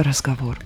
разговор.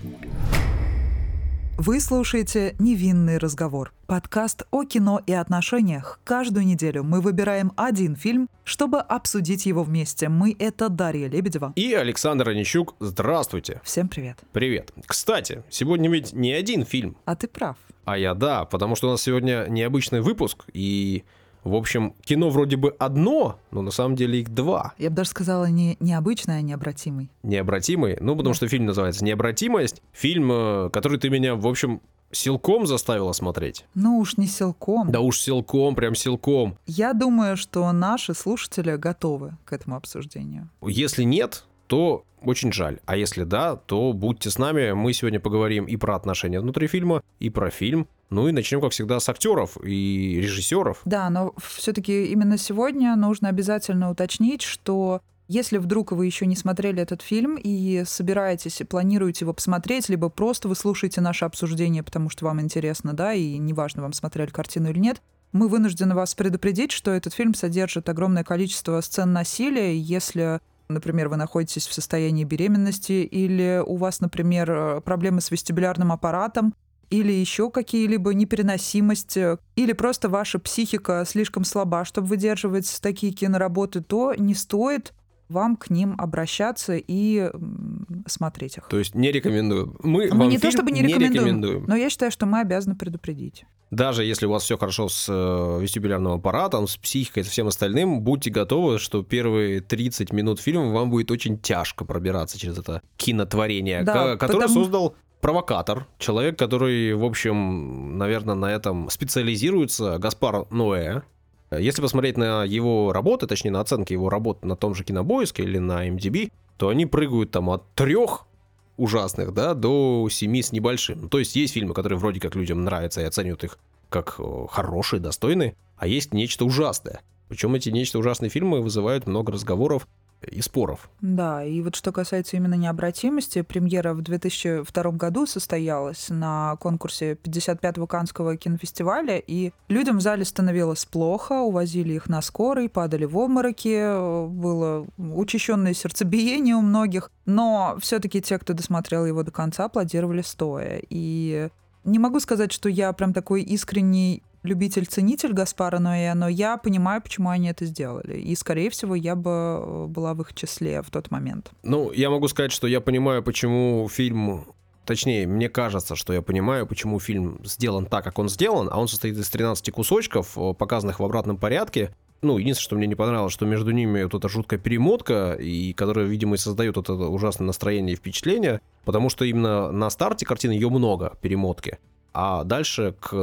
Вы слушаете «Невинный разговор» — подкаст о кино и отношениях. Каждую неделю мы выбираем один фильм, чтобы обсудить его вместе. Мы — это Дарья Лебедева и Александр Онищук. Здравствуйте. Всем привет. Привет. Кстати, сегодня ведь не один фильм. А ты прав. А я да, потому что у нас сегодня необычный выпуск, и, в общем, кино вроде бы одно, но на самом деле их два. Я бы даже сказала не необычный, а необратимый. Необратимый? Ну, потому что фильм называется «Необратимость». Фильм, который ты меня, в общем, силком заставила смотреть. Ну уж не силком. Да уж силком, прям силком. Я думаю, что наши слушатели готовы к этому обсуждению. Если нет, то очень жаль. А если да, то будьте с нами. Мы сегодня поговорим и про отношения внутри фильма, и про фильм. Ну и начнем, как всегда, с актеров и режиссеров. Да, но все-таки именно сегодня нужно обязательно уточнить, что если вдруг вы еще не смотрели этот фильм и собираетесь, планируете его посмотреть, либо просто вы слушаете наше обсуждение, потому что вам интересно, да, и неважно, вам смотрели картину или нет, мы вынуждены вас предупредить, что этот фильм содержит огромное количество сцен насилия. Если, например, вы находитесь в состоянии беременности, или у вас, например, проблемы с вестибулярным аппаратом, или еще какие-либо непереносимости, или просто ваша психика слишком слаба, чтобы выдерживать такие киноработы, то не стоит вам к ним обращаться и смотреть их. То есть не рекомендую. Мы вам не фильм то чтобы не рекомендуем, но я считаю, что мы обязаны предупредить. Даже если у вас все хорошо с вестибулярным аппаратом, с психикой и всем остальным, будьте готовы, что первые 30 минут фильма вам будет очень тяжко пробираться через это кинотворение, да, которое создал провокатор, человек, который, в общем, наверное, на этом специализируется, Гаспар Ноэ. Если посмотреть на его работы, точнее, на оценки его работ на том же Кинопоиске или на IMDb, то они прыгают там от 3 ужасных, да, до 7 с небольшим. То есть есть фильмы, которые вроде как людям нравятся и оценивают их как хорошие, достойные, а есть нечто ужасное. Причем эти нечто ужасные фильмы вызывают много разговоров и споров. Да, и вот что касается именно необратимости, премьера в 2002 году состоялась на конкурсе 55-го Каннского кинофестиваля, и людям в зале становилось плохо, увозили их на скорой, падали в обмороки, было учащенное сердцебиение у многих, но все-таки те, кто досмотрел его до конца, аплодировали стоя. И не могу сказать, что я прям такой искренний любитель-ценитель Гаспара Ноэ, но я понимаю, почему они это сделали. И, скорее всего, я бы была в их числе в тот момент. Ну, я могу сказать, что я понимаю, почему фильм... Точнее, мне кажется, что я понимаю, почему фильм сделан так, как он сделан, а он состоит из 13 кусочков, показанных в обратном порядке. Ну, единственное, что мне не понравилось, что между ними вот эта жуткая перемотка, и которая, видимо, и создает вот это ужасное настроение и впечатление, потому что именно на старте картины ее много, перемотки. А дальше, к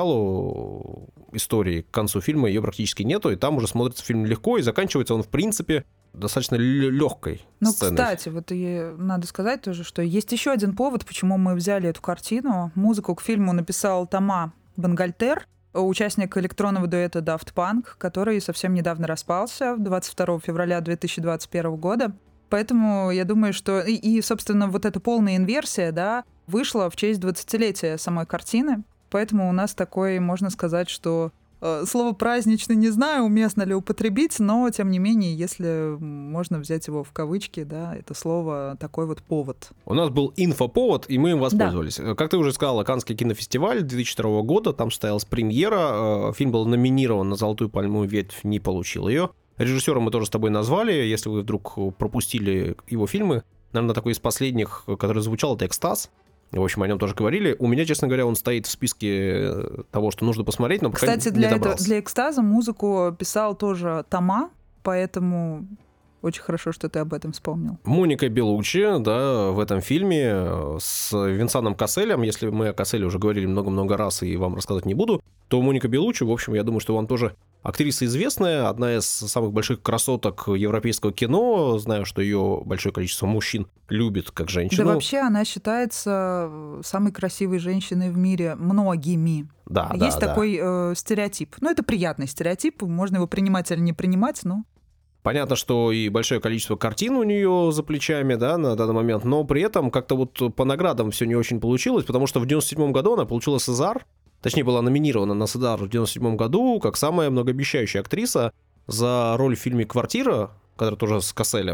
началу истории, к концу фильма ее практически нету, и там уже смотрится фильм легко, и заканчивается он, в принципе, достаточно легкой сценой. Ну, кстати, вот и надо сказать тоже, что есть еще один повод, почему мы взяли эту картину. Музыку к фильму написал Тома Бангальтер, участник электронного дуэта Daft Punk, который совсем недавно распался, 22 февраля 2021 года. Поэтому я думаю, что... И, собственно, вот эта полная инверсия, да, вышла в честь 20-летия самой картины. Поэтому у нас такой, можно сказать, что слово «праздничный» не знаю, уместно ли употребить, но, тем не менее, если можно взять его в кавычки, да, это слово такой вот повод. У нас был инфоповод, и мы им воспользовались. Да. Как ты уже сказала, Каннский кинофестиваль 2002 года, там состоялась премьера, фильм был номинирован на «Золотую пальмовую ветвь», не получил ее. Режиссера мы тоже с тобой назвали, если вы вдруг пропустили его фильмы. Наверное, такой из последних, который звучал, это «Экстаз». В общем, о нем тоже говорили. У меня, честно говоря, он стоит в списке того, что нужно посмотреть, но пока кстати, не добрался. Для «Экстаза» музыку писал тоже Тома, поэтому очень хорошо, что ты об этом вспомнил. Моника Белуччи, да, в этом фильме с Венсаном Касселем. Если мы о Касселе уже говорили много-много раз и вам рассказывать не буду, то Моника Белуччи, в общем, я думаю, что вам тоже актриса известная, одна из самых больших красоток европейского кино. Знаю, что ее большое количество мужчин любит как женщину. Да вообще она считается самой красивой женщиной в мире многими. Да, есть такой стереотип. Ну, это приятный стереотип, можно его принимать или не принимать, но... Понятно, что и большое количество картин у нее за плечами, да, на данный момент, но при этом как-то вот по наградам все не очень получилось, потому что в 97 году она получила «Сезар», точнее, была номинирована на «Сезар» в 97 году как самая многообещающая актриса за роль в фильме «Квартира», который тоже с Касселем.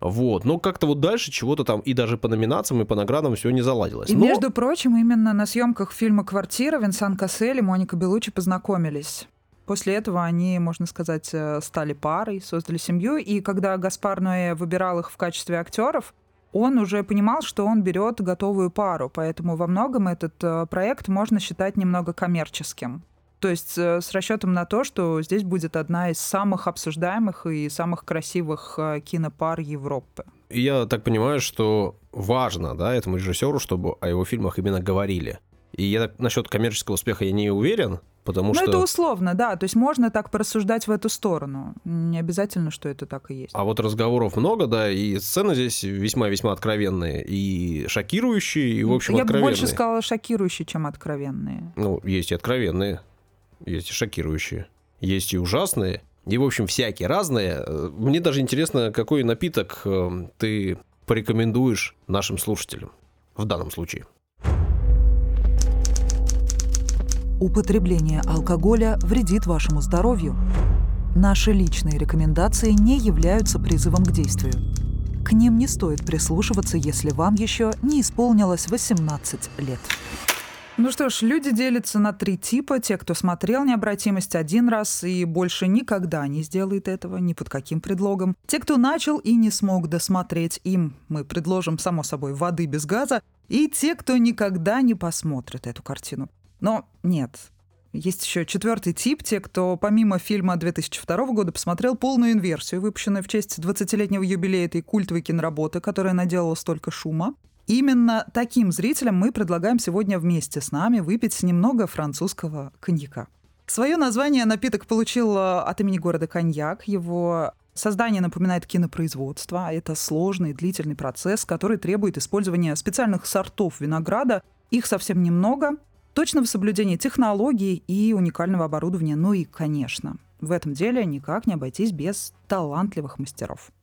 Вот, но как-то вот дальше чего-то там и даже по номинациям, и по наградам все не заладилось. И, Но... между прочим, именно на съемках фильма «Квартира» Винсан Кассель и Моника Беллуччи познакомились. После этого они, можно сказать, стали парой, создали семью. И когда Гаспар Ноэ выбирал их в качестве актеров, он уже понимал, что он берет готовую пару. Поэтому во многом этот проект можно считать немного коммерческим. То есть с расчетом на то, что здесь будет одна из самых обсуждаемых и самых красивых кинопар Европы. И я так понимаю, что важно, да, этому режиссеру, чтобы о его фильмах именно говорили. И я насчет коммерческого успеха я не уверен, потому что... Ну, это условно, да. То есть можно так порассуждать в эту сторону. Не обязательно, что это так и есть. А вот разговоров много, да, и сцены здесь весьма-весьма откровенные, и шокирующие, и, в общем, откровенные. Я бы больше сказала шокирующие, чем откровенные. Ну, есть и откровенные. Есть и шокирующие, есть и ужасные, и, в общем, всякие разные. Мне даже интересно, какой напиток ты порекомендуешь нашим слушателям в данном случае. Употребление алкоголя вредит вашему здоровью. Наши личные рекомендации не являются призывом к действию. К ним не стоит прислушиваться, если вам еще не исполнилось 18 лет. Ну что ж, люди делятся на 3 типа. Те, кто смотрел «Необратимость» 1 раз и больше никогда не сделает этого, ни под каким предлогом. Те, кто начал и не смог досмотреть, им мы предложим, само собой, воды без газа. И те, кто никогда не посмотрит эту картину. Но нет. Есть еще 4-й тип, те, кто помимо фильма 2002 года посмотрел полную инверсию, выпущенную в честь 20-летнего юбилея этой культовой киноработы, которая наделала столько шума. Именно таким зрителям мы предлагаем сегодня вместе с нами выпить немного французского коньяка. Свое название напиток получил от имени города Коньяк. Его создание напоминает кинопроизводство. Это сложный, длительный процесс, который требует использования специальных сортов винограда. Их совсем немного, точного соблюдения технологий и уникального оборудования. Ну и, конечно, в этом деле никак не обойтись без талантливых мастеров.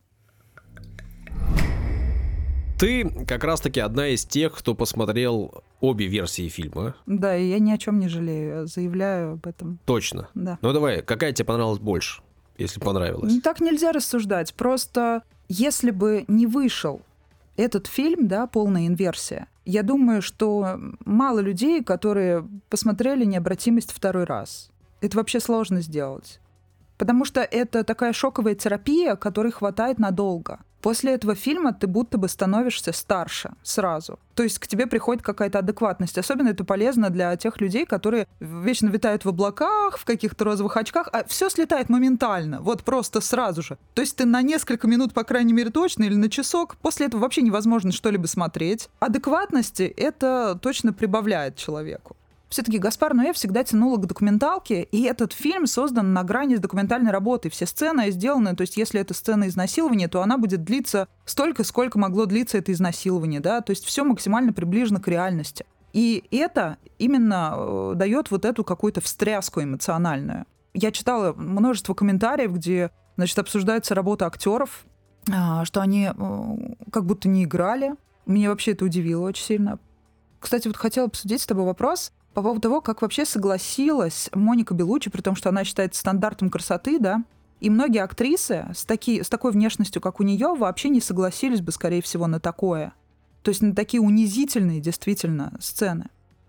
Ты как раз-таки одна из тех, кто посмотрел обе версии фильма. Да, и я ни о чем не жалею, заявляю об этом. Точно? Да. Ну давай, какая тебе понравилась больше, если понравилась? Так нельзя рассуждать. Просто если бы не вышел этот фильм, да, полная инверсия, я думаю, что мало людей, которые посмотрели «Необратимость» 2 раз. Это вообще сложно сделать. Потому что это такая шоковая терапия, которой хватает надолго. После этого фильма ты будто бы становишься старше сразу. То есть к тебе приходит какая-то адекватность. Особенно это полезно для тех людей, которые вечно витают в облаках, в каких-то розовых очках, а все слетает моментально, вот просто сразу же. То есть ты на несколько минут, по крайней мере, точно, или на часок, после этого вообще невозможно что-либо смотреть. Адекватности это точно прибавляет человеку. Все-таки Гаспар Ноэ всегда тянуло к документалке, и этот фильм создан на грани с документальной работой. Все сцены сделаны, то есть если это сцена изнасилования, то она будет длиться столько, сколько могло длиться это изнасилование, да, то есть все максимально приближено к реальности. И это именно дает вот эту какую-то встряску эмоциональную. Я читала множество комментариев, где, значит, обсуждается работа актеров, что они как будто не играли. Меня вообще это удивило очень сильно. Кстати, вот хотела обсудить с тобой вопрос по поводу того, как вообще согласилась Моника Беллуччи, при том, что она считается стандартом красоты, да, и многие актрисы с такой внешностью, как у нее, вообще не согласились бы, скорее всего, на такое. То есть на такие унизительные, действительно, сцены.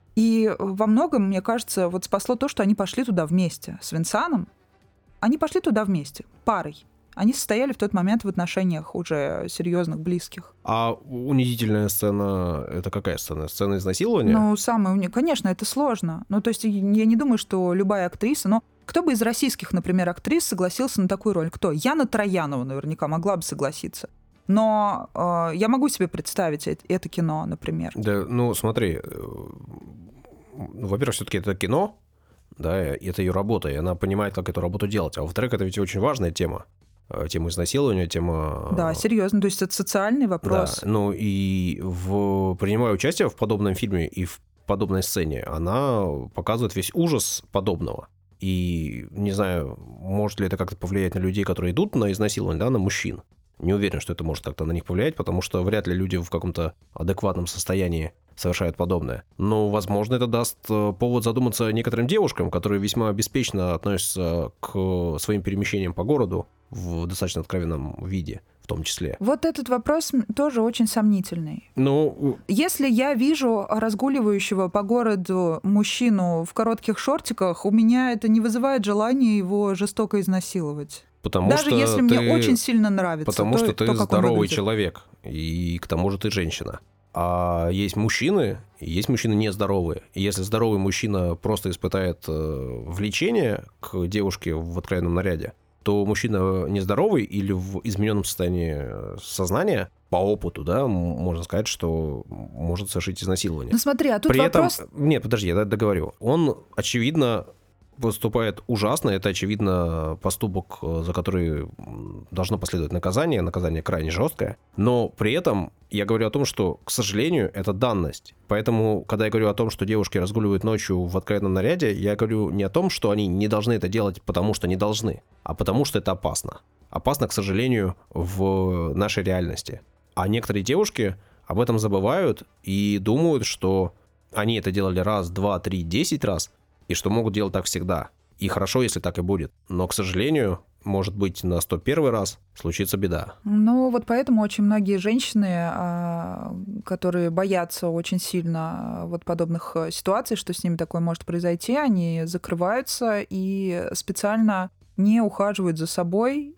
И во многом, мне кажется, вот спасло то, что они пошли туда вместе с Винсаном. Они пошли туда вместе, парой. Они состояли в тот момент в отношениях уже серьезных, близких. А унизительная сцена — это какая сцена? Сцена изнасилования? Ну, конечно, это сложно. Ну, то есть я не думаю, что любая актриса... Но кто бы из российских, например, актрис согласился на такую роль? Кто? Яна Троянова наверняка могла бы согласиться. Но я могу себе представить это кино, например. Да, ну, смотри. Во-первых, все-таки это кино, да, это ее работа, и она понимает, как эту работу делать. А во-вторых, это ведь очень важная тема. Тема изнасилования, тема... Да, серьезно, то есть это социальный вопрос. Да, ну и принимая участие в подобном фильме и в подобной сцене, она показывает весь ужас подобного. И не знаю, может ли это как-то повлиять на людей, которые идут на изнасилование, да, на мужчин. Не уверен, что это может как-то на них повлиять, потому что вряд ли люди в каком-то адекватном состоянии совершают подобное. Но, возможно, это даст повод задуматься некоторым девушкам, которые весьма беспечно относятся к своим перемещениям по городу в достаточно откровенном виде, том числе. Вот этот вопрос тоже очень сомнительный. Ну, если я вижу разгуливающего по городу мужчину в коротких шортиках, у меня это не вызывает желания его жестоко изнасиловать. Даже если мне очень сильно нравится. Потому что ты здоровый человек, и к тому же ты женщина. А есть мужчины нездоровые. И если здоровый мужчина просто испытает влечение к девушке в откровенном наряде, то мужчина нездоровый или в измененном состоянии сознания, по опыту, да, можно сказать, что может совершить изнасилование. Ну смотри, а тут При вопрос... Нет, подожди, я договорю. Он, очевидно, поступает ужасно, это, очевидно, поступок, за который должно последовать наказание крайне жесткое, но при этом я говорю о том, что, к сожалению, это данность. Поэтому, когда я говорю о том, что девушки разгуливают ночью в откровенном наряде, я говорю не о том, что они не должны это делать, потому что не должны, а потому что это опасно. Опасно, к сожалению, в нашей реальности. А некоторые девушки об этом забывают и думают, что они это делали раз, два, три, 10 раз, и что могут делать так всегда. И хорошо, если так и будет. Но, к сожалению, может быть, на 101 раз случится беда. Ну, вот поэтому очень многие женщины, которые боятся очень сильно вот подобных ситуаций, что с ними такое может произойти, они закрываются и специально не ухаживают за собой,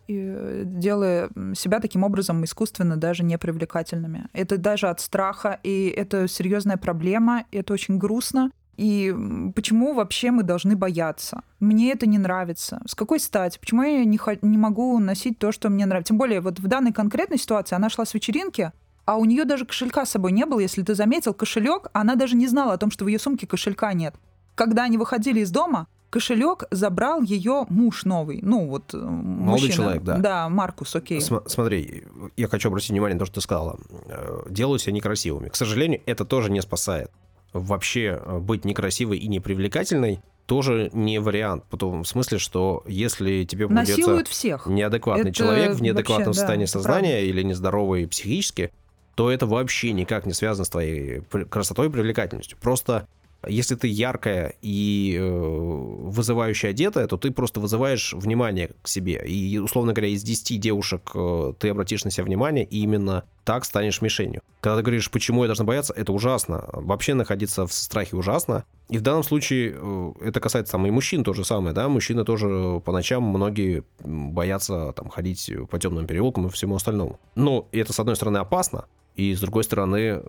делая себя таким образом искусственно даже непривлекательными. Это даже от страха, и это серьезная проблема, и это очень грустно. И почему вообще мы должны бояться? Мне это не нравится. С какой стати? Почему я не могу носить то, что мне нравится? Тем более, вот в данной конкретной ситуации она шла с вечеринки, а у нее даже кошелька с собой не было. Если ты заметил, кошелек, она даже не знала о том, что в ее сумке кошелька нет. Когда они выходили из дома, кошелек забрал ее муж новый. Ну, вот молодой мужчина. Человек, да. Да, Маркус, окей. Смотри, я хочу обратить внимание на то, что ты сказала. Делают себя некрасивыми. К сожалению, это тоже не спасает. Вообще быть некрасивой и непривлекательной тоже не вариант. В смысле, что если тебе попадется неадекватный человек в неадекватном состоянии сознания или нездоровый психически, то это вообще никак не связано с твоей красотой и привлекательностью. Просто если ты яркая и вызывающе одетая, то ты просто вызываешь внимание к себе. И, условно говоря, из 10 девушек ты обратишь на себя внимание, и именно так станешь мишенью. Когда ты говоришь, почему я должна бояться, это ужасно. Вообще находиться в страхе ужасно. И в данном случае это касается и мужчин то же самое. Да? Мужчины тоже по ночам многие боятся ходить по темным переулкам и всему остальному. Но это, с одной стороны, опасно. И, с другой стороны,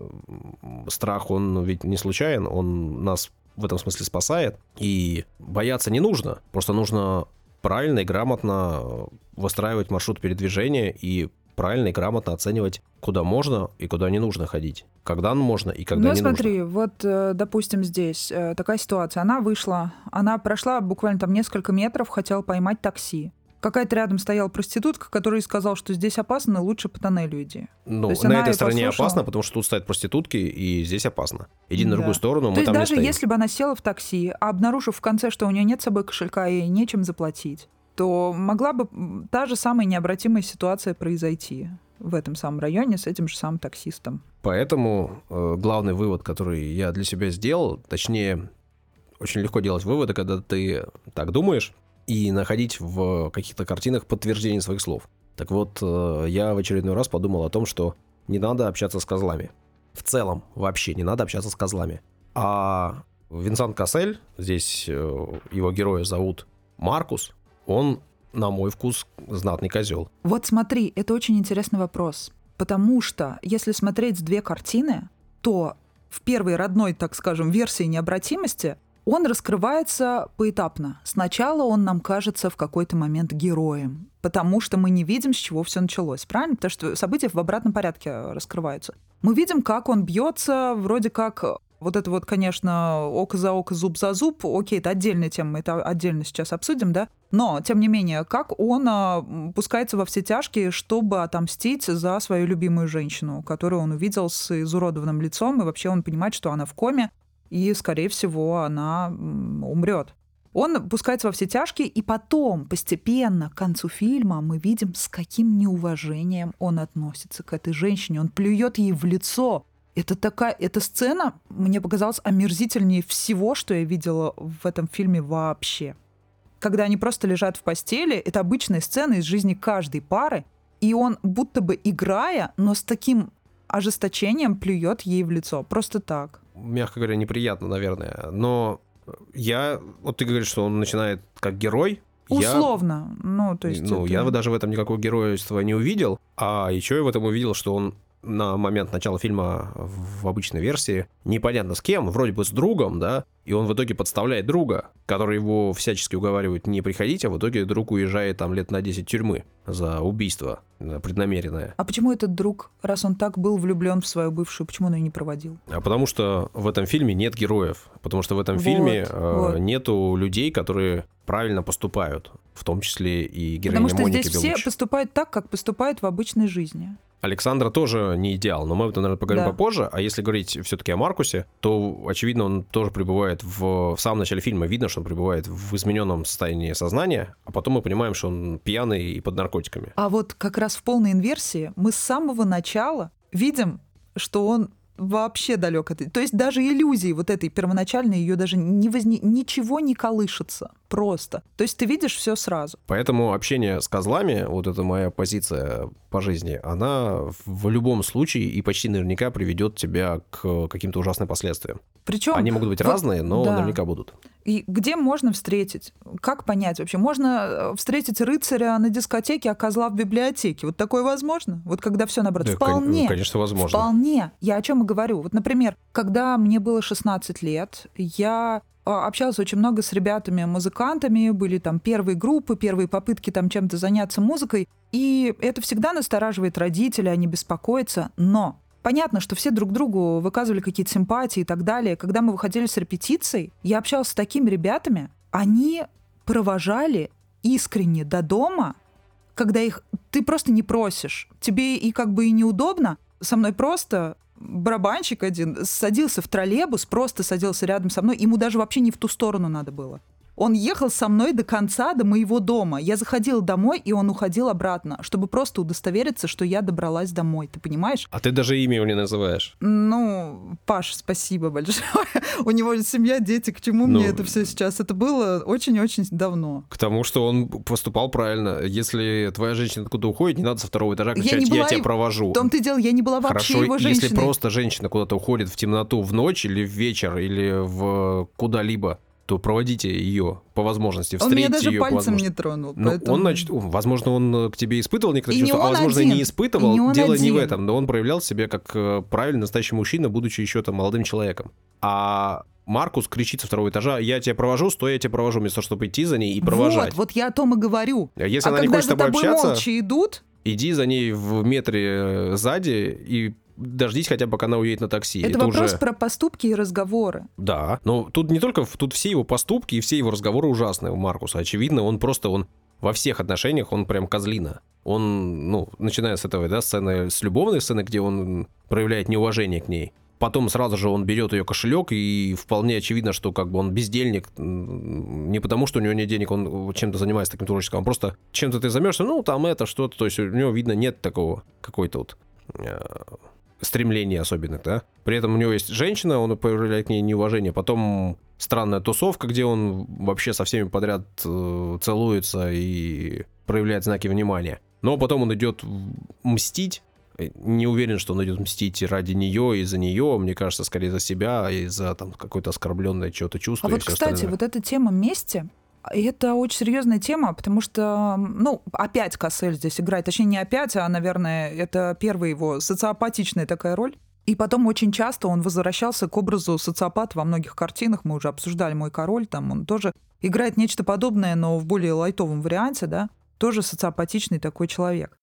страх, он ведь не случайен, он нас в этом смысле спасает. И бояться не нужно, просто нужно правильно и грамотно выстраивать маршрут передвижения и правильно и грамотно оценивать, куда можно и куда не нужно ходить. Когда можно и когда не нужно. Ну, смотри, вот, допустим, здесь такая ситуация. Она вышла, она прошла буквально несколько метров, хотела поймать такси. Какая-то рядом стояла проститутка, которая сказала, что здесь опасно, лучше по тоннелю иди. Ну, на этой стороне опасно, потому что тут стоят проститутки, и здесь опасно. Иди на другую сторону, мы там не стоим. То есть даже если бы она села в такси, а обнаружив в конце, что у нее нет с собой кошелька и нечем заплатить, то могла бы та же самая необратимая ситуация произойти в этом самом районе с этим же самым таксистом. Поэтому главный вывод, который я для себя сделал, точнее, очень легко делать выводы, когда ты так думаешь, и находить в каких-то картинах подтверждение своих слов. Так вот, я в очередной раз подумал о том, что не надо общаться с козлами. В целом, вообще не надо общаться с козлами. А Винсан Кассель, здесь его героя зовут Маркус, он, на мой вкус, знатный козел. Вот смотри, это очень интересный вопрос. Потому что, если смотреть две картины, то в первой родной, так скажем, версии необратимости он раскрывается поэтапно. Сначала он нам кажется в какой-то момент героем, потому что мы не видим, с чего все началось, правильно? Потому что события в обратном порядке раскрываются. Мы видим, как он бьется, вроде как вот это вот, конечно, око за око, зуб за зуб. Окей, это отдельная тема, мы это отдельно сейчас обсудим, да? Но, тем не менее, как он пускается во все тяжкие, чтобы отомстить за свою любимую женщину, которую он увидел с изуродованным лицом, и вообще он понимает, что она в коме, и, скорее всего, она умрет. Он пускается во все тяжкие, и потом, постепенно, к концу фильма, мы видим, с каким неуважением он относится к этой женщине. Он плюет ей в лицо. Эта сцена мне показалась омерзительнее всего, что я видела в этом фильме вообще. Когда они просто лежат в постели, это обычная сцена из жизни каждой пары, И он будто бы играя, но с таким ожесточением плюет ей в лицо. Просто так. Мягко говоря, неприятно, наверное. Но вот ты говоришь, что он начинает как герой. Условно. Я даже в этом никакого геройства не увидел. А еще я в этом увидел, что он на момент начала фильма в обычной версии непонятно с кем, вроде бы с другом, да, и он в итоге подставляет друга, который его всячески уговаривает не приходить, а в итоге друг уезжает там лет на 10 тюрьмы за убийство преднамеренное. А почему этот друг, раз он так был влюблен в свою бывшую, почему он ее не проводил? А потому что в этом фильме нет героев, потому что в этом фильме нету людей, которые правильно поступают, в том числе и героиня Моники Беллуччи. Потому что здесь все поступают так, как поступают в обычной жизни. Александра тоже не идеал, но мы об этом, наверное, поговорим попозже. А если говорить все-таки о Маркусе, то, очевидно, он тоже пребывает в самом начале фильма. Видно, что он пребывает в измененном состоянии сознания, а потом мы понимаем, что он пьяный и под наркотиками. А вот как раз в полной инверсии мы с самого начала видим, что он вообще далек от... То есть даже иллюзии вот этой первоначальной, ее даже ничего не колышется. Просто. То есть ты видишь все сразу. Поэтому общение с козлами, вот это моя позиция по жизни, она в любом случае и почти наверняка приведет тебя к каким-то ужасным последствиям. Причем они могут быть разные, но наверняка будут. И где можно встретить? Как понять вообще? Можно встретить рыцаря на дискотеке, а козла в библиотеке. Вот такое возможно? Вот когда все наоборот. Да, вполне. Конечно, возможно. Вполне. Я о чем и говорю. Вот, например, когда мне было 16 лет, я общалась очень много с ребятами-музыкантами, были там первые группы, первые попытки там чем-то заняться музыкой, и это всегда настораживает родителей, они беспокоятся, но понятно, что все друг другу выказывали какие-то симпатии и так далее. Когда мы выходили с репетиций, я общалась с такими ребятами, они провожали искренне до дома, когда их ты просто не просишь, тебе и как бы и неудобно, со мной просто... Барабанщик один садился в троллейбус, просто садился рядом со мной. Ему даже вообще не в ту сторону надо было. Он ехал со мной до конца, до моего дома. Я заходила домой, и он уходил обратно, чтобы просто удостовериться, что я добралась домой. Ты понимаешь? А ты даже имя его не называешь. Паш, спасибо большое. У него семья, дети. К чему мне это все сейчас? Это было очень-очень давно. К тому, что он поступал правильно. Если твоя женщина откуда уходит, не надо со второго этажа кричать: я тебя провожу. В том-то и дело, я не была вообще его женщиной. Если просто женщина куда-то уходит в темноту в ночь или в вечер, или в куда-либо, то проводите ее по возможности, встретите ее. Он меня даже пальцем не тронул. Поэтому... Он, значит, возможно, он к тебе испытывал некоторые чувства, а возможно, один. не испытывал. Дело не в этом, но он проявлял себя как правильный настоящий мужчина, будучи еще там молодым человеком. А Маркус кричит со второго этажа: я тебя провожу, стой, я тебя провожу, вместо того, чтобы идти за ней и провожать. Вот я о том и говорю. А если она не хочет с тобой общаться, молча идут, иди за ней в метре сзади и дождись хотя бы, пока она уедет на такси. Это вопрос про поступки и разговоры. Да, но тут не только... Тут все его поступки и все его разговоры ужасные у Маркуса. Очевидно, он во всех отношениях, он прям козлина. Он, начиная с этой, сцены, с любовной сцены, где он проявляет неуважение к ней. Потом сразу же он берет ее кошелек, и вполне очевидно, что как бы он бездельник. Не потому, что у него нет денег, он чем-то занимается таким творческим, он просто чем-то ты займешься, там это что-то. То есть у него, видно, нет такого какой-то вот... стремлений особенных, да. При этом у него есть женщина, он проявляет к ней неуважение. Потом странная тусовка, где он вообще со всеми подряд целуется и проявляет знаки внимания. Но потом он идет мстить. Не уверен, что он идет мстить ради нее и за нее. Мне кажется, скорее за себя и за там какое-то оскорбленное чего-то чувство. А вот, кстати, остальное. Вот эта тема мести, это очень серьезная тема, потому что, опять Кассель здесь играет. Точнее, не опять, а, наверное, это первая его социопатичная такая роль. И потом очень часто он возвращался к образу социопата во многих картинах. Мы уже обсуждали «Мой король», там он тоже играет нечто подобное, но в более лайтовом варианте, да. Тоже социопатичный такой человек.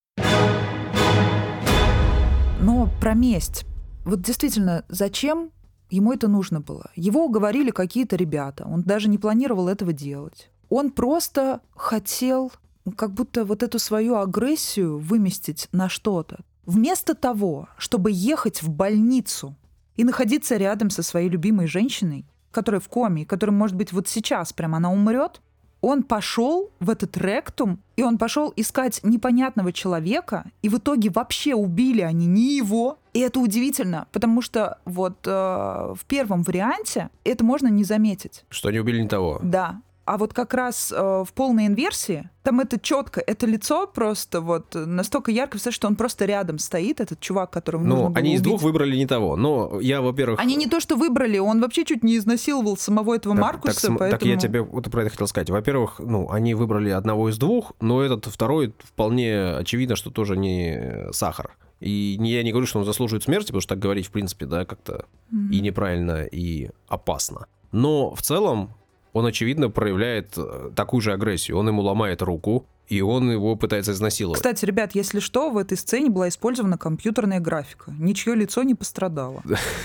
Но про месть. Вот действительно, зачем ему это нужно было? Его уговорили какие-то ребята. Он даже не планировал этого делать. Он просто хотел как будто вот эту свою агрессию выместить на что-то. Вместо того, чтобы ехать в больницу и находиться рядом со своей любимой женщиной, которая в коме, которая, может быть, вот сейчас прямо она умрет, он пошел в этот ректум, и он пошел искать непонятного человека, и в итоге вообще убили они не его. И это удивительно, потому что вот в первом варианте это можно не заметить. Что они убили не того. Да. А вот как раз в полной инверсии, там это четко, это лицо просто вот настолько ярко, что он просто рядом стоит, этот чувак, которого нужно было они убить. из двух выбрали не того. Но я, во-первых... Они не то что выбрали, он вообще чуть не изнасиловал самого этого Маркуса, поэтому... Так я тебе вот про это хотел сказать. Во-первых, они выбрали одного из двух, но этот второй вполне очевидно, что тоже не сахар. И я не говорю, что он заслуживает смерти, потому что так говорить, в принципе, да, как-то и неправильно, и опасно. Но в целом он, очевидно, проявляет такую же агрессию. Он ему ломает руку, и он его пытается изнасиловать. Кстати, ребят, если что, в этой сцене была использована компьютерная графика. Ничье лицо не пострадало.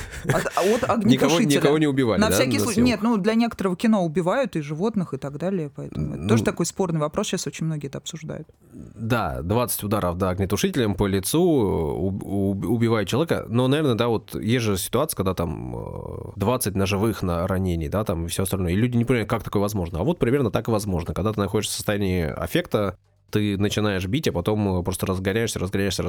От огнетушителя. Никого не убивали, на всякий случай. Нет, для некоторого кино убивают и животных, и так далее. Поэтому это тоже такой спорный вопрос. Сейчас очень многие это обсуждают. Да, 20 ударов, огнетушителем по лицу убивает человека. Но, наверное, да, вот есть же ситуация, когда там 20 ножевых ранений, да, там и все остальное. И люди не понимают, как такое возможно. А вот примерно так и возможно. Когда ты находишься в состоянии аффекта, ты начинаешь бить, а потом просто разгоряешься,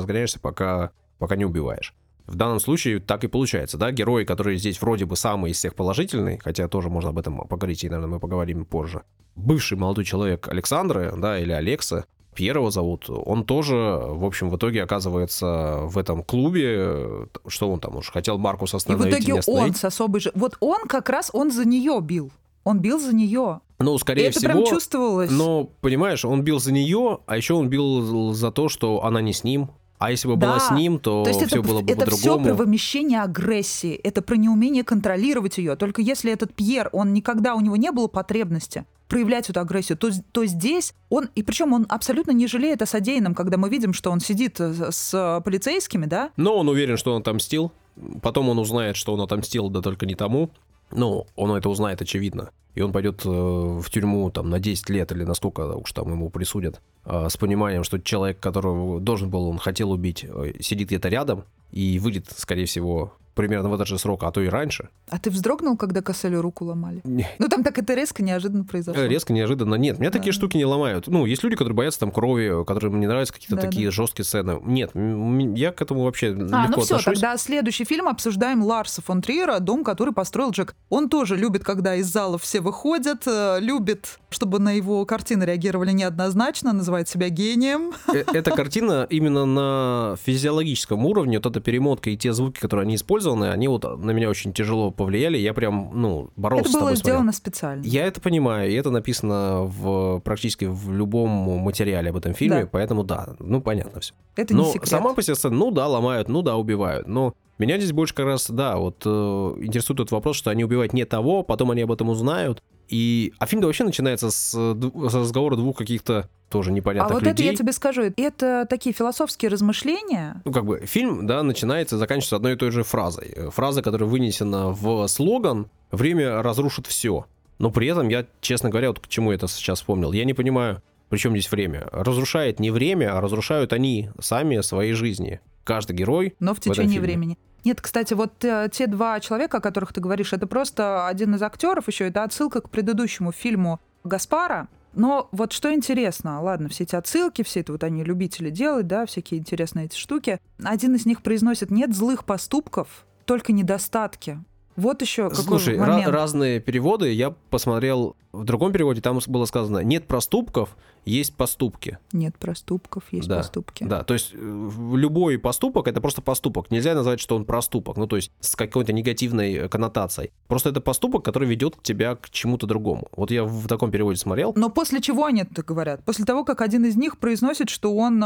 пока не убиваешь. В данном случае так и получается, да, герой, который здесь вроде бы самый из всех положительный, хотя тоже можно об этом поговорить, и, наверное, мы поговорим позже. Бывший молодой человек Александра, да, или Алекса, Пьер его зовут, он тоже, в общем, в итоге оказывается в этом клубе, что он там уж хотел Маркуса остановить. И в итоге он с особой же... Вот он как раз, он за нее бил. Он бил за нее. Ну, скорее всего. Это прям чувствовалось. Но, понимаешь, он бил за нее, а еще он бил за то, что она не с ним. А если бы была с ним, то все было бы по-другому. Это все про вымещение агрессии, это про неумение контролировать ее. Только если этот Пьер, у него не было потребности проявлять эту агрессию, то здесь он, и причем он абсолютно не жалеет о содеянном, когда мы видим, что он сидит с полицейскими, да? Но он уверен, что он отомстил. Потом он узнает, что он отомстил, да только не тому. Ну, он это узнает, очевидно. И он пойдет в тюрьму там, на 10 лет или на сколько уж там ему присудят, с пониманием, что человек, которого он хотел убить, сидит где-то рядом и выйдет, скорее всего, примерно в этот же срок, а то и раньше. А ты вздрогнул, когда Касселю руку ломали? Ну, там так это резко, неожиданно произошло. Резко, неожиданно. Нет, меня такие штуки не ломают. Ну, есть люди, которые боятся там крови, которым не нравятся какие-то такие жесткие сцены. Нет, я к этому вообще легко все, отношусь. тогда следующий фильм обсуждаем Ларса фон Триера, «Дом, который построил Джек». Он тоже любит, когда из зала все выходят, любит, чтобы на его картины реагировали неоднозначно, называет себя гением. Эта картина именно на физиологическом уровне, вот эта перемотка и те звуки, которые они использованы, они вот на меня очень тяжело повлияли. Я прям, боролся с тобой. Это было сделано специально. Я это понимаю, и это написано практически в любом материале об этом фильме, поэтому понятно все. Это не секрет. Сама по себе сцена, ломают, убивают. Но меня здесь больше как раз, интересует тот вопрос, что они убивают не того, потом они об этом узнают. А фильм-то вообще начинается с разговора двух каких-то тоже непонятных людей. Это я тебе скажу, это такие философские размышления. Фильм, начинается и заканчивается одной и той же фразой. Фраза, которая вынесена в слоган «Время разрушит все». Но при этом я, честно говоря, к чему я это сейчас вспомнил, я не понимаю, при чем здесь время. Разрушает не время, а разрушают они сами свои жизни. Каждый герой. Но в течение времени. Нет, кстати, вот те два человека, о которых ты говоришь, это просто один из актеров еще, это отсылка к предыдущему фильму Гаспара. Но вот что интересно, ладно, все эти отсылки, все это они любители делать, всякие интересные эти штуки. Один из них произносит: нет злых поступков, только недостатки. Вот еще какой момент. Слушай, разные переводы. Я посмотрел в другом переводе, там было сказано: нет проступков, есть поступки. Нет проступков, есть поступки. Да, то есть любой поступок — это просто поступок. Нельзя назвать, что он проступок, то есть с какой-то негативной коннотацией. Просто это поступок, который ведет тебя к чему-то другому. Вот я в таком переводе смотрел. Но после чего они это говорят? После того, как один из них произносит, что он,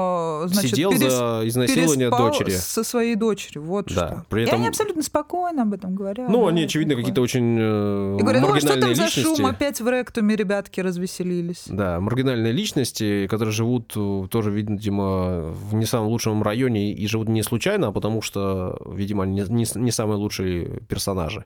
сидел за изнасилование дочери. со своей дочерью, вот что. При этом... И они абсолютно спокойно об этом говорят. Они, очевидно, какие-то очень маргинальные личности. Что там за шум? Опять в ректуме ребятки развеселились. Да, маргинальные личности, которые живут тоже, видимо, в не самом лучшем районе и живут не случайно, а потому что, видимо, они не самые лучшие персонажи.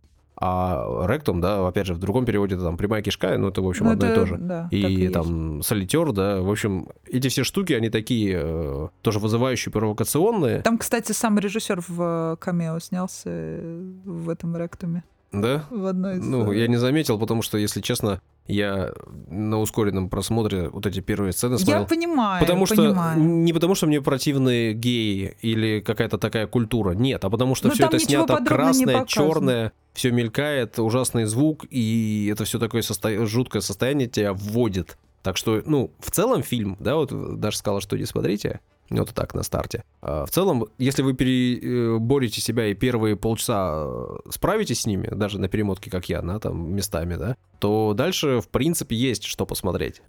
А ректум, опять же, в другом переводе это там прямая кишка, это, в общем, одно и то же. Да, и там солитер, в общем, эти все штуки, они такие тоже вызывающие, провокационные. Там, кстати, сам режиссер в камео снялся в этом ректуме. Да? В одной из... я не заметил, потому что, если честно, Я на ускоренном просмотре вот эти первые сцены смотрел. Я понимаю, Не потому что мне противны геи или какая-то такая культура, нет, а потому что Но все там это ничего снято подробно не красное, показано. черное, все мелькает, ужасный звук, и это все такое жуткое состояние тебя вводит. Так что, в целом фильм, да, вот Даша сказала, что не смотрите, вот так на старте. В целом, если вы переборете себя и первые полчаса справитесь с ними, даже на перемотке, как я, там местами, да, то дальше, в принципе, есть что посмотреть.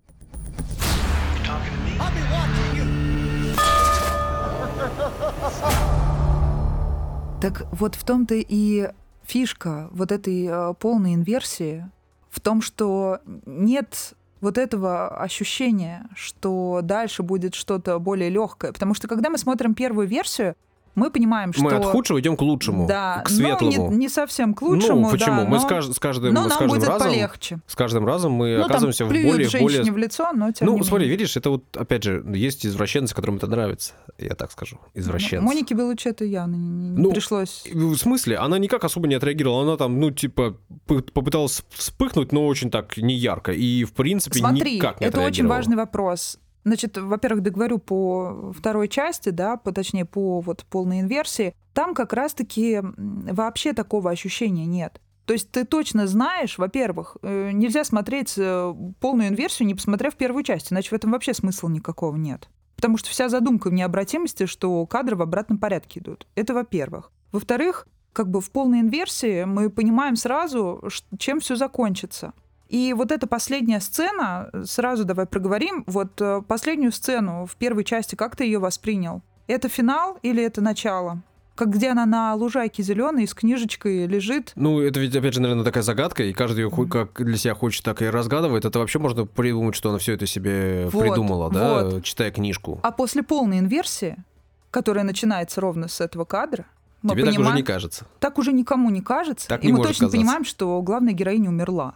Так вот в том-то и фишка вот этой полной инверсии, в том, что нет вот этого ощущения, что дальше будет что-то более легкое. Потому что когда мы смотрим первую версию, мы понимаем, что... Мы от худшего идем к лучшему, да, к светлому. Не совсем к лучшему, почему? да, Мы но с каждым нам будет разом... полегче. С каждым разом мы там оказываемся в плюют женщине более... в лицо, но тем не менее. смотри, видишь, это вот, опять же, есть извращенцы, которым это нравится, я так скажу, извращенцы. Монике Беллуччи это явно не пришлось... В смысле? Она никак особо не отреагировала, она там, попыталась вспыхнуть, но очень так неярко, и, в принципе, никак не отреагировала. Смотри, это очень важный вопрос. Значит, во-первых, договорю по второй части, да, точнее, по вот полной инверсии. Там как раз-таки вообще такого ощущения нет. То есть ты точно знаешь, во-первых, нельзя смотреть полную инверсию, не посмотрев первую часть, иначе в этом вообще смысла никакого нет. Потому что вся задумка в необратимости, что кадры в обратном порядке идут. Это во-первых. Во-вторых, в полной инверсии мы понимаем сразу, чем все закончится. И вот эта последняя сцена, сразу давай проговорим, вот последнюю сцену в первой части, как ты ее воспринял? Это финал или это начало? Где она на лужайке зеленой с книжечкой лежит. Это ведь, опять же, наверное, такая загадка, и каждый ее как для себя хочет, так и разгадывает. Это вообще можно придумать, что она все это себе придумала, да, читая книжку. А после полной инверсии, которая начинается ровно с этого кадра, тебе так уже не кажется. Так уже никому не кажется. Так и не мы может точно казаться. понимаем, что главная героиня умерла.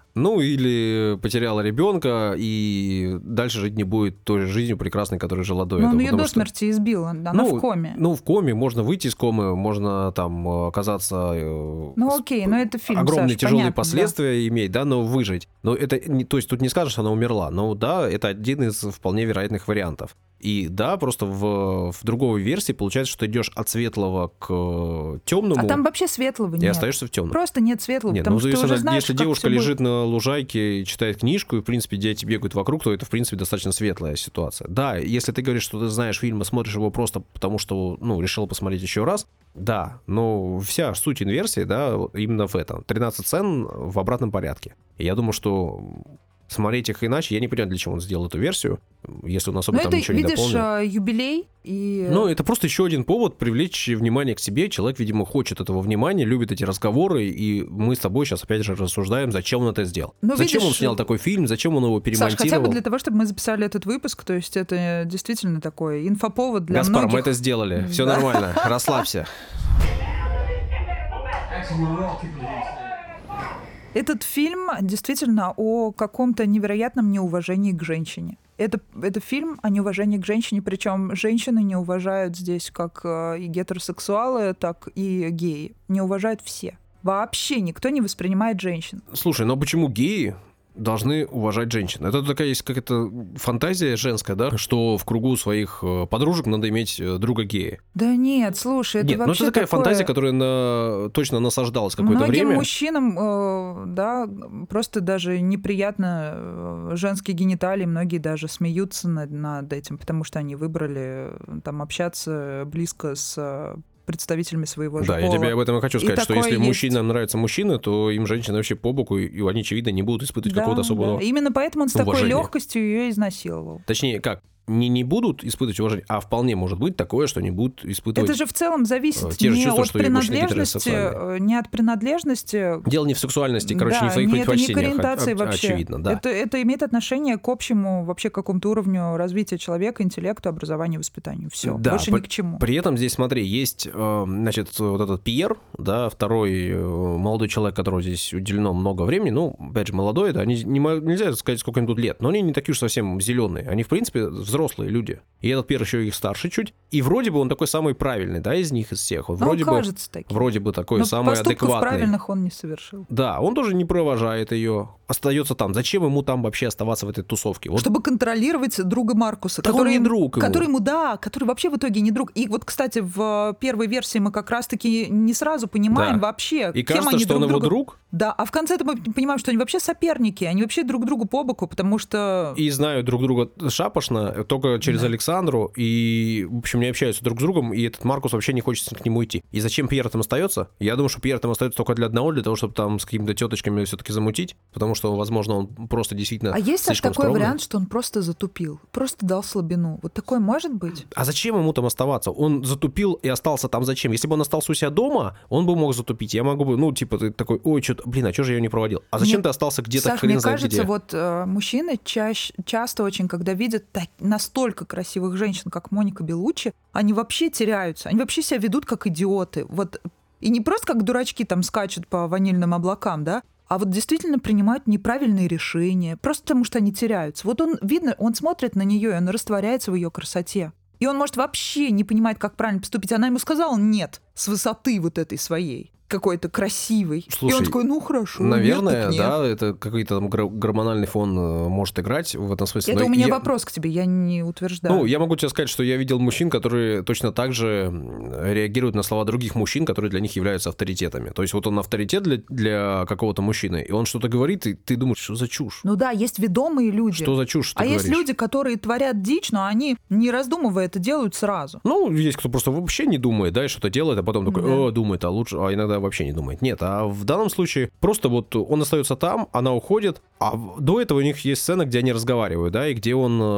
Или потеряла ребенка, и дальше жить не будет той жизнью прекрасной, которой жила до этого. Он ее до смерти избил, она в коме. В коме можно выйти из комы, можно там оказаться... окей, но это фильм, огромные Саш, тяжелые понятно, последствия иметь, да, но выжить. Но это, то есть тут не скажешь, что она умерла, но да, это один из вполне вероятных вариантов. И да, просто в другой версии получается, что ты идешь от светлого к темному. А там вообще светлого нет. И остаешься в темном. Просто нет светлого, нет, потому что ты уже знаешь, если девушка лежит на лужайке и читает книжку, и, в принципе, дети бегают вокруг, то это, в принципе, достаточно светлая ситуация. Да, если ты говоришь, что ты знаешь фильм и смотришь его просто потому, что, решил посмотреть еще раз, да, но вся суть инверсии, да, именно в этом. 13 сцен в обратном порядке. И я думаю, что... смотреть их иначе, я не понимаю, для чего он сделал эту версию, если он особо там ничего не дополнил. Это, видишь, юбилей и... это просто еще один повод привлечь внимание к себе. Человек, видимо, хочет этого внимания, любит эти разговоры, и мы с тобой сейчас опять же рассуждаем, зачем он это сделал. Зачем он снял такой фильм, зачем он его перемонтировал. Саш, хотя бы для того, чтобы мы записали этот выпуск, то есть это действительно такой инфоповод для Гаспар, многих. мы это сделали, все нормально, расслабься. Этот фильм действительно о каком-то невероятном неуважении к женщине. Это фильм о неуважении к женщине, причем женщины не уважают здесь как и гетеросексуалы, так и геи. Не уважают все. Вообще никто не воспринимает женщин. Слушай, но почему геи должны уважать женщин? Это такая есть какая-то фантазия женская, да, что в кругу своих подружек надо иметь друга гея. Да нет, слушай, это вообще это такая фантазия, которая точно насаждалась какое-то время. Многим мужчинам, да, просто даже неприятно женские гениталии, многие даже смеются над этим, потому что они выбрали там общаться близко с представителями своего же пола. Да, я тебе об этом и хочу сказать, что если мужчинам нравятся мужчины, то им женщины вообще по боку, и они, очевидно, не будут испытывать какого-то особого Именно поэтому он с такой уважения. легкостью ее изнасиловал. Точнее, как? Не будут испытывать уважение, а вполне может быть такое, что они будут испытывать... Это же в целом зависит те же не чувства, от что и мужчины принадлежности, не от принадлежности. Дело не в сексуальности, не в своих предпочтениях. Это не к ориентации вообще. Очевидно, да. Это имеет отношение к общему вообще какому-то уровню развития человека, интеллекту, образованию, воспитанию. Все, да, больше ни к чему. При этом здесь, смотри, есть, значит, вот этот Пьер, да, второй молодой человек, которому здесь уделено много времени, опять же, молодой, да, нельзя сказать, сколько им тут лет, но они не такие уж совсем зеленые, они, в принципе, взрослые люди. и этот первый еще их старше чуть, и вроде бы он такой самый правильный, да, из них, из всех. Он вроде кажется таким. Вроде бы такой самый адекватный. Правильных он не совершил. Да, он тоже не провожает ее, остается там. Зачем ему там вообще оставаться в этой тусовке? Вот. Чтобы контролировать друга Маркуса. Так который он не друг ему. Который вообще в итоге не друг. И вот, кстати, в первой версии мы как раз-таки не сразу понимаем вообще, и кем кажется, они что друг он его друга... друг. Да, а в конце-то мы понимаем, что они вообще соперники, они вообще друг другу по боку, потому что... И знают друг друга шапошно, только через Александру, и, в общем, не общаются друг с другом, и этот Маркус вообще не хочет к нему идти. И зачем Пьер там остается? Я думаю, что Пьер там остается только для одного, для того, чтобы там с какими-то теточками все-таки замутить, потому что, возможно, он просто действительно А есть такой скромный. вариант, что он просто затупил, просто дал слабину. Вот такой может быть? А зачем ему там оставаться? Он затупил и остался там зачем? Если бы он остался у себя дома, он бы мог затупить. Я могу бы, ты такой, ой, что-то, а что же я ее не проводил? А зачем ты остался где-то Саш, мне кажется, вот мужчины часто очень, когда видят настолько красивых женщин, как Моника Беллуччи, они вообще теряются, они вообще себя ведут как идиоты. Вот. И не просто как дурачки там скачут по ванильным облакам, да, а вот действительно принимают неправильные решения, просто потому что они теряются. Вот он, видно, он смотрит на нее, и он растворяется в ее красоте. И он, может, вообще не понимает, как правильно поступить. Она ему сказала «нет» с высоты вот этой своей, какой-то красивый. Слушай, и он такой, хорошо. Наверное, нет. Да, это какой-то там гормональный фон может играть в этом смысле. Это у меня вопрос к тебе, я не утверждаю. Я могу тебе сказать, что я видел мужчин, которые точно так же реагируют на слова других мужчин, которые для них являются авторитетами. То есть вот он авторитет для какого-то мужчины, и он что-то говорит, и ты думаешь, что за чушь? Есть ведомые люди. Что за чушь ты говоришь? Есть люди, которые творят дичь, но они, не раздумывая, это делают сразу. Есть кто просто вообще не думает, да, и что-то делает, а потом такой, думает, а лучше, а иногда вообще не думает. Нет, а в данном случае просто вот он остается там, она уходит, а до этого у них есть сцена, где они разговаривают, да, и где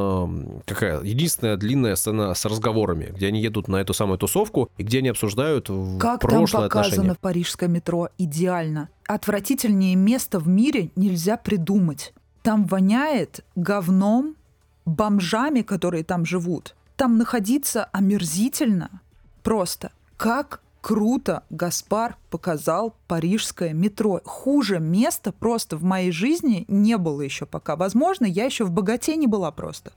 он, единственная длинная сцена с разговорами, где они едут на эту самую тусовку, и где они обсуждают прошлое отношение. Как там показано парижское метро идеально. Отвратительнее места в мире нельзя придумать. Там воняет говном, бомжами, которые там живут. Там находиться омерзительно. Просто. Как круто Гаспар показал парижское метро. Хуже места просто в моей жизни не было еще пока. Возможно, я еще в богате не была просто.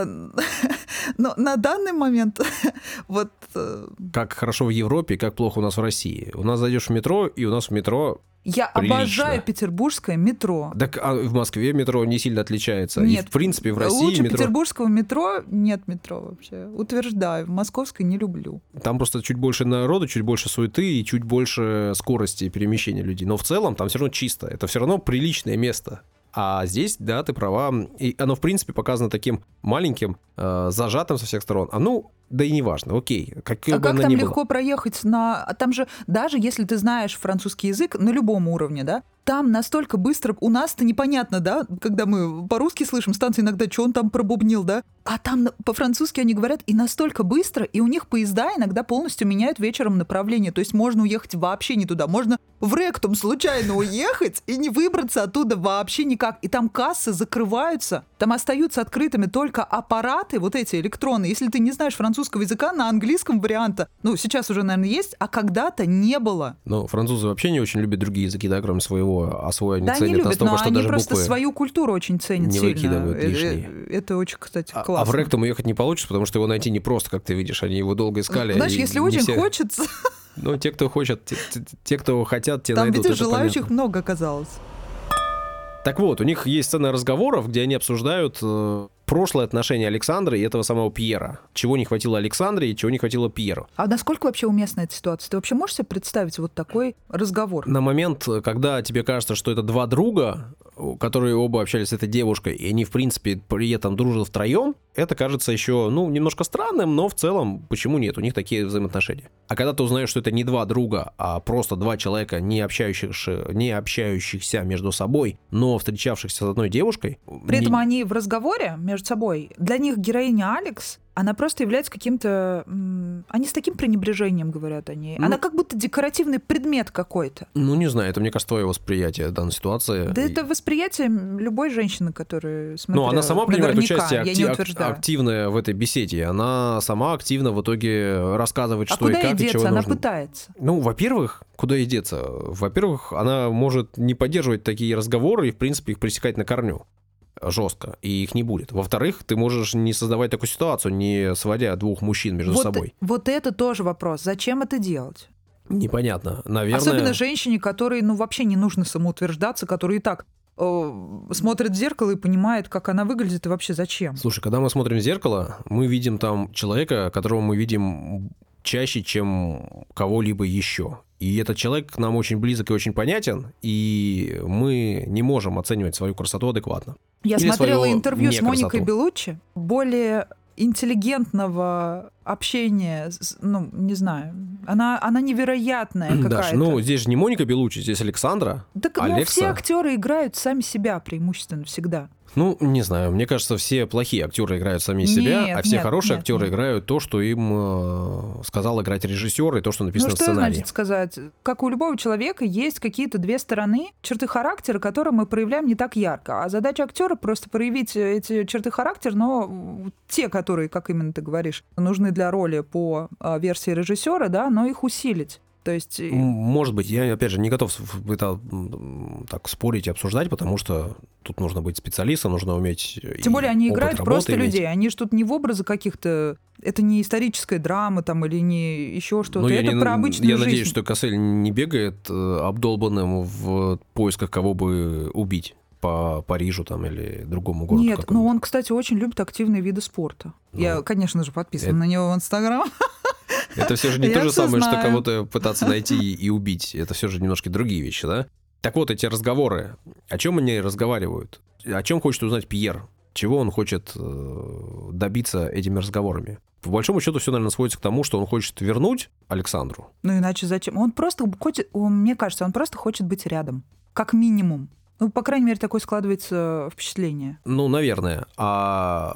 Но на данный момент вот... Как хорошо в Европе, как плохо у нас в России. У нас зайдешь в метро, и у нас в метро Я обожаю петербургское метро. Так в Москве метро не сильно отличается. Нет, и в принципе в России лучше метро... петербургского метро нет метро вообще. Утверждаю, московской не люблю. Там просто чуть больше народу, чуть больше суеты и чуть больше скорости перемещения людей. Но в целом там все равно чисто. Это все равно приличное место. А здесь, да, ты права, и оно, в принципе, показано таким маленьким, зажатым со всех сторон. Да и неважно, окей. Как там легко проехать на... Там же, даже если ты знаешь французский язык на любом уровне, да, там настолько быстро... У нас-то непонятно, да, когда мы по-русски слышим станции иногда, что он там пробубнил, да, а там по-французски они говорят и настолько быстро, и у них поезда иногда полностью меняют вечером направление, то есть можно уехать вообще не туда, можно в Ректум случайно уехать и не выбраться оттуда вообще никак, и там кассы закрываются, там остаются открытыми только аппараты, вот эти электронные, если ты не знаешь французского языка, на английском варианта, сейчас уже, наверное, есть, а когда-то не было. Французы вообще не очень любят другие языки, да, кроме своего, а свой они ценят не любят, настолько, что даже буквы... просто свою культуру очень ценят не сильно. Выкидывают лишние. Это очень, кстати, классно. А в Ректум уехать не получится, потому что его найти не просто, как ты видишь, они его долго искали. Знаешь, если очень хочется... Те, кто хочет, те, кто хотят, те там найдут. Там, видишь, желающих много оказалось. Так вот, у них есть сцена разговоров, где они обсуждают прошлое отношение Александры и этого самого Пьера. Чего не хватило Александре и чего не хватило Пьеру. А насколько вообще уместна эта ситуация? Ты вообще можешь себе представить вот такой разговор? На момент, когда тебе кажется, что это два друга, которые оба общались с этой девушкой, и они, в принципе, при этом дружат втроем, это кажется еще, немножко странным, но в целом, почему нет? У них такие взаимоотношения. А когда ты узнаешь, что это не два друга, а просто два человека, не общающихся между собой, но встречавшихся с одной девушкой... При этом они в разговоре между собой. Для них героиня Алекс, она просто является каким-то... Они с таким пренебрежением говорят о ней. Она как будто декоративный предмет какой-то. Не знаю, это, мне кажется, твое восприятие данной ситуации. Да это восприятие любой женщины, которая смотрела. Она сама принимает участие активное в этой беседе. Она сама активно в итоге рассказывает, что и как, и чего нужно. А куда ей деться? Она пытается. Во-первых, куда ей деться? Во-первых, она может не поддерживать такие разговоры и, в принципе, их пресекать на корню. жестко, и их не будет. Во-вторых, ты можешь не создавать такую ситуацию, не сводя двух мужчин между собой. Вот это тоже вопрос. Зачем это делать? Непонятно. Наверное... Особенно женщине, которой вообще не нужно самоутверждаться, которая и так смотрит в зеркало и понимает, как она выглядит и вообще зачем. Слушай, когда мы смотрим в зеркало, мы видим там человека, которого мы видим чаще, чем кого-либо еще. И этот человек нам очень близок и очень понятен, и мы не можем оценивать свою красоту адекватно. Я Или смотрела интервью с некрасоту. Моникой Беллуччи. Более интеллигентного общения, ну, не знаю, она невероятная какая-то. Даш, ну, здесь же не Моника Беллуччи, здесь Александра, Так, Алекса. Все актеры играют сами себя преимущественно всегда. Ну, не знаю, мне кажется, все плохие актеры играют сами себя, а все хорошие актеры играют то, что им сказал играть режиссер, и то, что написано в сценарии. Ну, что значит сказать? Как у любого человека есть какие-то две стороны, черты характера, которые мы проявляем не так ярко. А задача актера просто проявить эти черты характера, но те, которые, как именно ты говоришь, нужны для роли по версии режиссера, да, но их усилить. То есть... Может быть, я, опять же, не готов это так спорить и обсуждать, потому что тут нужно быть специалистом, нужно уметь... Тем более они играют просто иметь. людей, они же тут не в образы каких-то... Это не историческая драма там или не еще что-то, это про обычную жизнь. Я надеюсь, что Кассель не бегает обдолбанным в поисках кого бы убить по Парижу там или другому городу. Нет, но он, кстати, очень любит активные виды спорта. Я, конечно же, подписана на него в Инстаграм. Это все же не то же самое, что кого-то пытаться найти и убить. Это все же немножко другие вещи, да? Так вот, эти разговоры, о чем они разговаривают? О чем хочет узнать Пьер? Чего он хочет добиться этими разговорами? По большому счету все, наверное, сводится к тому, что он хочет вернуть Александру. Ну иначе зачем? Он просто хочет, мне кажется, он просто хочет быть рядом. Как минимум. Ну, по крайней мере, такое складывается впечатление. Ну, наверное. А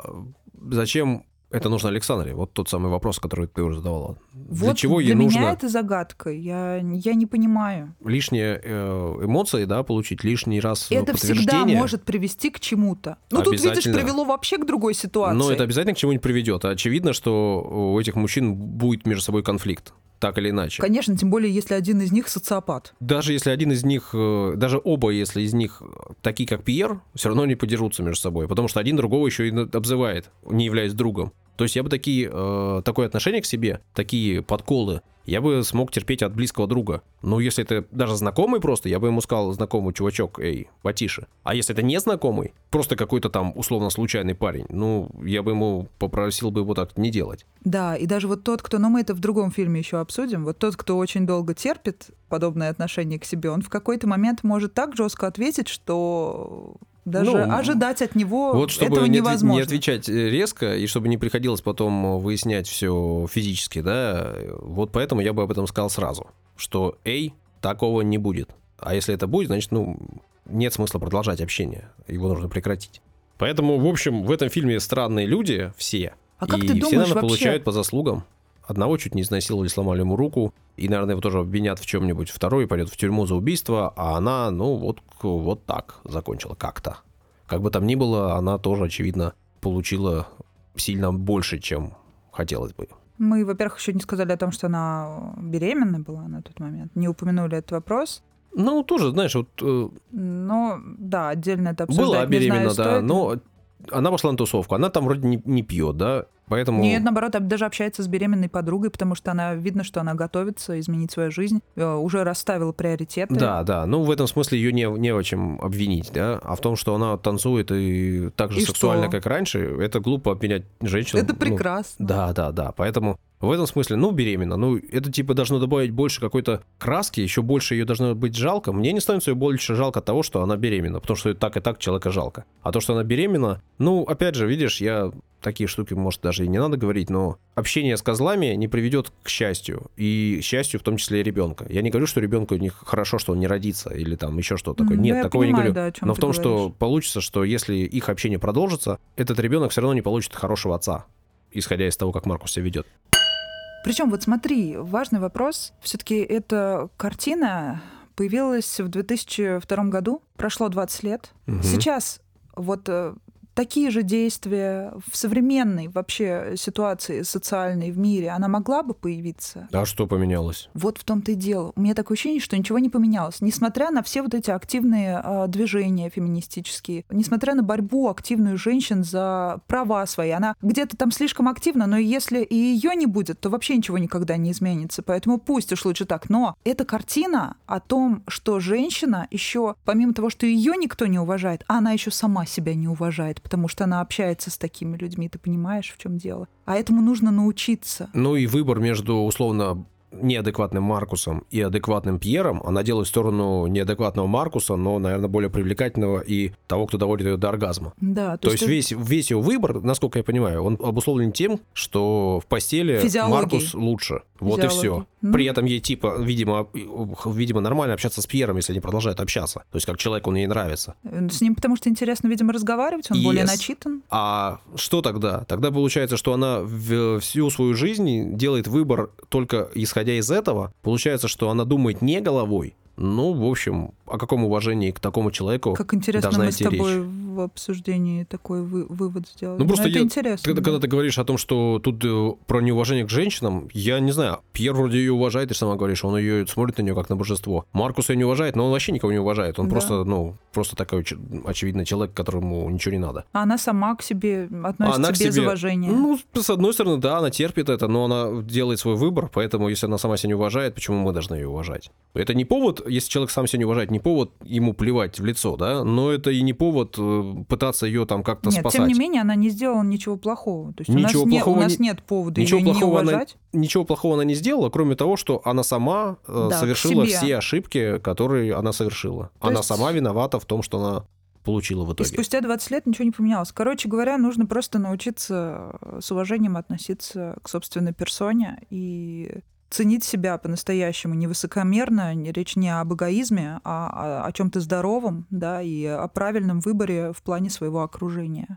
зачем это нужно Александре? Вот тот самый вопрос, который ты уже задавала. Вот для чего ей для нужно... меня это загадка. Я не понимаю. Лишние эмоции, да, получить, лишний раз это подтверждение. Это всегда может привести к чему-то. Ну, тут, видишь, привело вообще к другой ситуации. Но это обязательно к чему-нибудь приведет. Очевидно, что у этих мужчин будет между собой конфликт. Так или иначе. Конечно, тем более, если один из них социопат. Даже если один из них, даже оба, если из них такие, как Пьер, все равно не подерутся между собой, потому что один другого еще и обзывает, не являясь другом. То есть я бы такое отношение к себе, такие подколы, я бы смог терпеть от близкого друга. Но если это даже знакомый просто, я бы ему сказал: знакомый чувачок, эй, потише. А если это не знакомый, просто какой-то там условно случайный парень, ну, я бы ему попросил бы его так не делать. Да, и даже вот тот, кто, но мы это в другом фильме еще обсудим, вот тот, кто очень долго терпит подобное отношение к себе, он в какой-то момент может так жестко ответить, что... Даже ожидать от него вот чтобы этого невозможно. Не отвечать резко, и чтобы не приходилось потом выяснять все физически, да, вот поэтому я бы об этом сказал сразу, что, эй, такого не будет. А если это будет, значит, нет смысла продолжать общение, его нужно прекратить. Поэтому, в общем, в этом фильме странные люди все, а как и ты все, думаешь, наверное, вообще... получают по заслугам. Одного чуть не изнасиловали, сломали ему руку, и, наверное, его тоже обвинят в чем-нибудь. Второй пойдет в тюрьму за убийство, а она, вот так закончила как-то. Как бы там ни было, она тоже, очевидно, получила сильно больше, чем хотелось бы. Мы, во-первых, еще не сказали о том, что она беременна была на тот момент. Не упомянули этот вопрос. Ну, тоже, знаешь, вот... Ну, да, отдельно это обсуждать. Была беременна, не знаю, да, но она пошла на тусовку. Она там вроде не пьет, да, поэтому... Нет, наоборот, даже общается с беременной подругой, потому что она видно, что она готовится изменить свою жизнь, уже расставила приоритеты. Да, ну в этом смысле ее не о чем обвинить, да, а в том, что она танцует и так же сексуально, как раньше, это глупо обвинять женщину. Это прекрасно. Да, поэтому... В этом смысле, беременна. Это типа должно добавить больше какой-то краски, еще больше ее должно быть жалко. Мне не становится ее больше жалко того, что она беременна, потому что и так человека жалко. А то, что она беременна, опять же, видишь, я такие штуки, может, даже и не надо говорить, но общение с козлами не приведет к счастью. И счастью в том числе и ребенка. Я не говорю, что ребенку не хорошо, что он не родится, или там еще что-то такое. Нет, такого понимаю, не говорю. Да, но в том, что получится, что если их общение продолжится, этот ребенок все равно не получит хорошего отца, исходя из того, как Маркус себя ведет. Причем, вот смотри, важный вопрос. Все-таки эта картина появилась в 2002 году. Прошло 20 лет. Угу. Сейчас вот такие же действия в современной вообще ситуации социальной в мире, она могла бы появиться? А что поменялось? Вот в том-то и дело. У меня такое ощущение, что ничего не поменялось. Несмотря на все вот эти активные движения феминистические, несмотря на борьбу активную женщин за права свои, она где-то там слишком активна, но если и ее не будет, то вообще ничего никогда не изменится. Поэтому пусть уж лучше так. Но эта картина о том, что женщина еще, помимо того, что ее никто не уважает, она еще сама себя не уважает, потому что она общается с такими людьми. Ты понимаешь, в чем дело? А этому нужно научиться. Ну и выбор между, условно, неадекватным Маркусом и адекватным Пьером, она делает в сторону неадекватного Маркуса, но, наверное, более привлекательного и того, кто доводит ее до оргазма. Да, то есть весь его выбор, насколько я понимаю, он обусловлен тем, что в постели Маркус лучше. Вот и все. При этом ей, типа, видимо, нормально общаться с Пьером, если они продолжают общаться. То есть как человек он ей нравится. С ним потому что интересно, видимо, разговаривать, он более начитан. А что тогда? Тогда получается, что она всю свою жизнь делает выбор только исходя из этого. Получается, что она думает не головой. Ну, в общем, о каком уважении к такому человеку как интересно, должна мы идти с тобой речь? В обсуждении такой вывод сделали. Ну, просто это интересно. Когда ты говоришь о том, что тут про неуважение к женщинам, я не знаю, Пьер вроде ее уважает, ты сама говоришь, он ее смотрит на нее как на божество. Маркус ее не уважает, но он вообще никого не уважает. Он просто такой очевидный человек, которому ничего не надо. А она сама к себе относится без уважения. Ну, с одной стороны, да, она терпит это, но она делает свой выбор, поэтому если она сама себя не уважает, почему мы должны ее уважать? Это не повод, если человек сам себя не уважает, не повод ему плевать в лицо, да, но это и не повод пытаться ее там как-то спасать. Тем не менее, она не сделала ничего плохого. То есть у нас нет повода ее не уважать. Ничего плохого она не сделала, кроме того, что она сама совершила все ошибки, которые она совершила. Она сама виновата в том, что она получила в итоге. И спустя 20 лет ничего не поменялось. Короче говоря, нужно просто научиться с уважением относиться к собственной персоне и ценить себя по-настоящему, не высокомерно, речь не об эгоизме, а о чем-то здоровом, да, и о правильном выборе в плане своего окружения.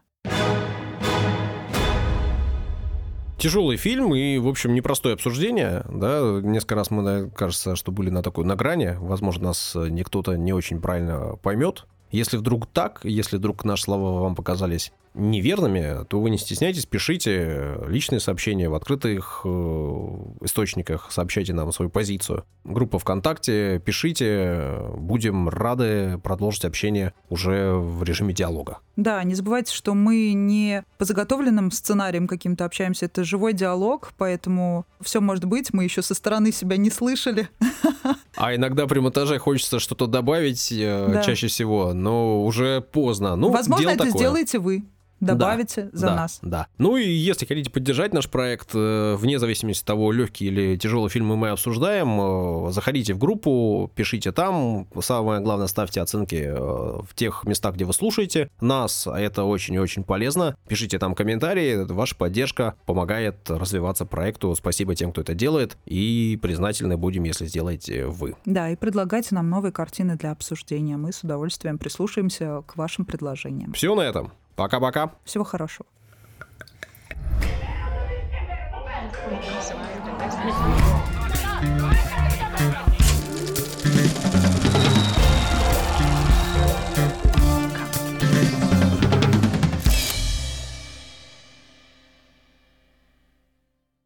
Тяжелый фильм и, в общем, непростое обсуждение, да, несколько раз мы, кажется, что были на грани, возможно, нас кто-то не очень правильно поймет. Если вдруг наши слова вам показались неверными, то вы не стесняйтесь, пишите личные сообщения в открытых источниках, сообщайте нам свою позицию. Группа ВКонтакте, пишите, будем рады продолжить общение уже в режиме диалога. Да, не забывайте, что мы не по заготовленным сценариям каким-то общаемся, это живой диалог, поэтому все может быть, мы еще со стороны себя не слышали. А иногда при монтаже хочется что-то добавить, чаще всего, но уже поздно. Ну, возможно, это сделаете вы. Добавите за нас. Да. Ну и если хотите поддержать наш проект, вне зависимости от того, легкий или тяжелый фильм мы обсуждаем, заходите в группу, пишите там. Самое главное, ставьте оценки в тех местах, где вы слушаете нас. Это очень-очень полезно. Пишите там комментарии. Ваша поддержка помогает развиваться проекту. Спасибо тем, кто это делает. И признательны будем, если сделаете вы. Да, и предлагайте нам новые картины для обсуждения. Мы с удовольствием прислушаемся к вашим предложениям. Все на этом. Пока-пока. Всего хорошего. Thank you.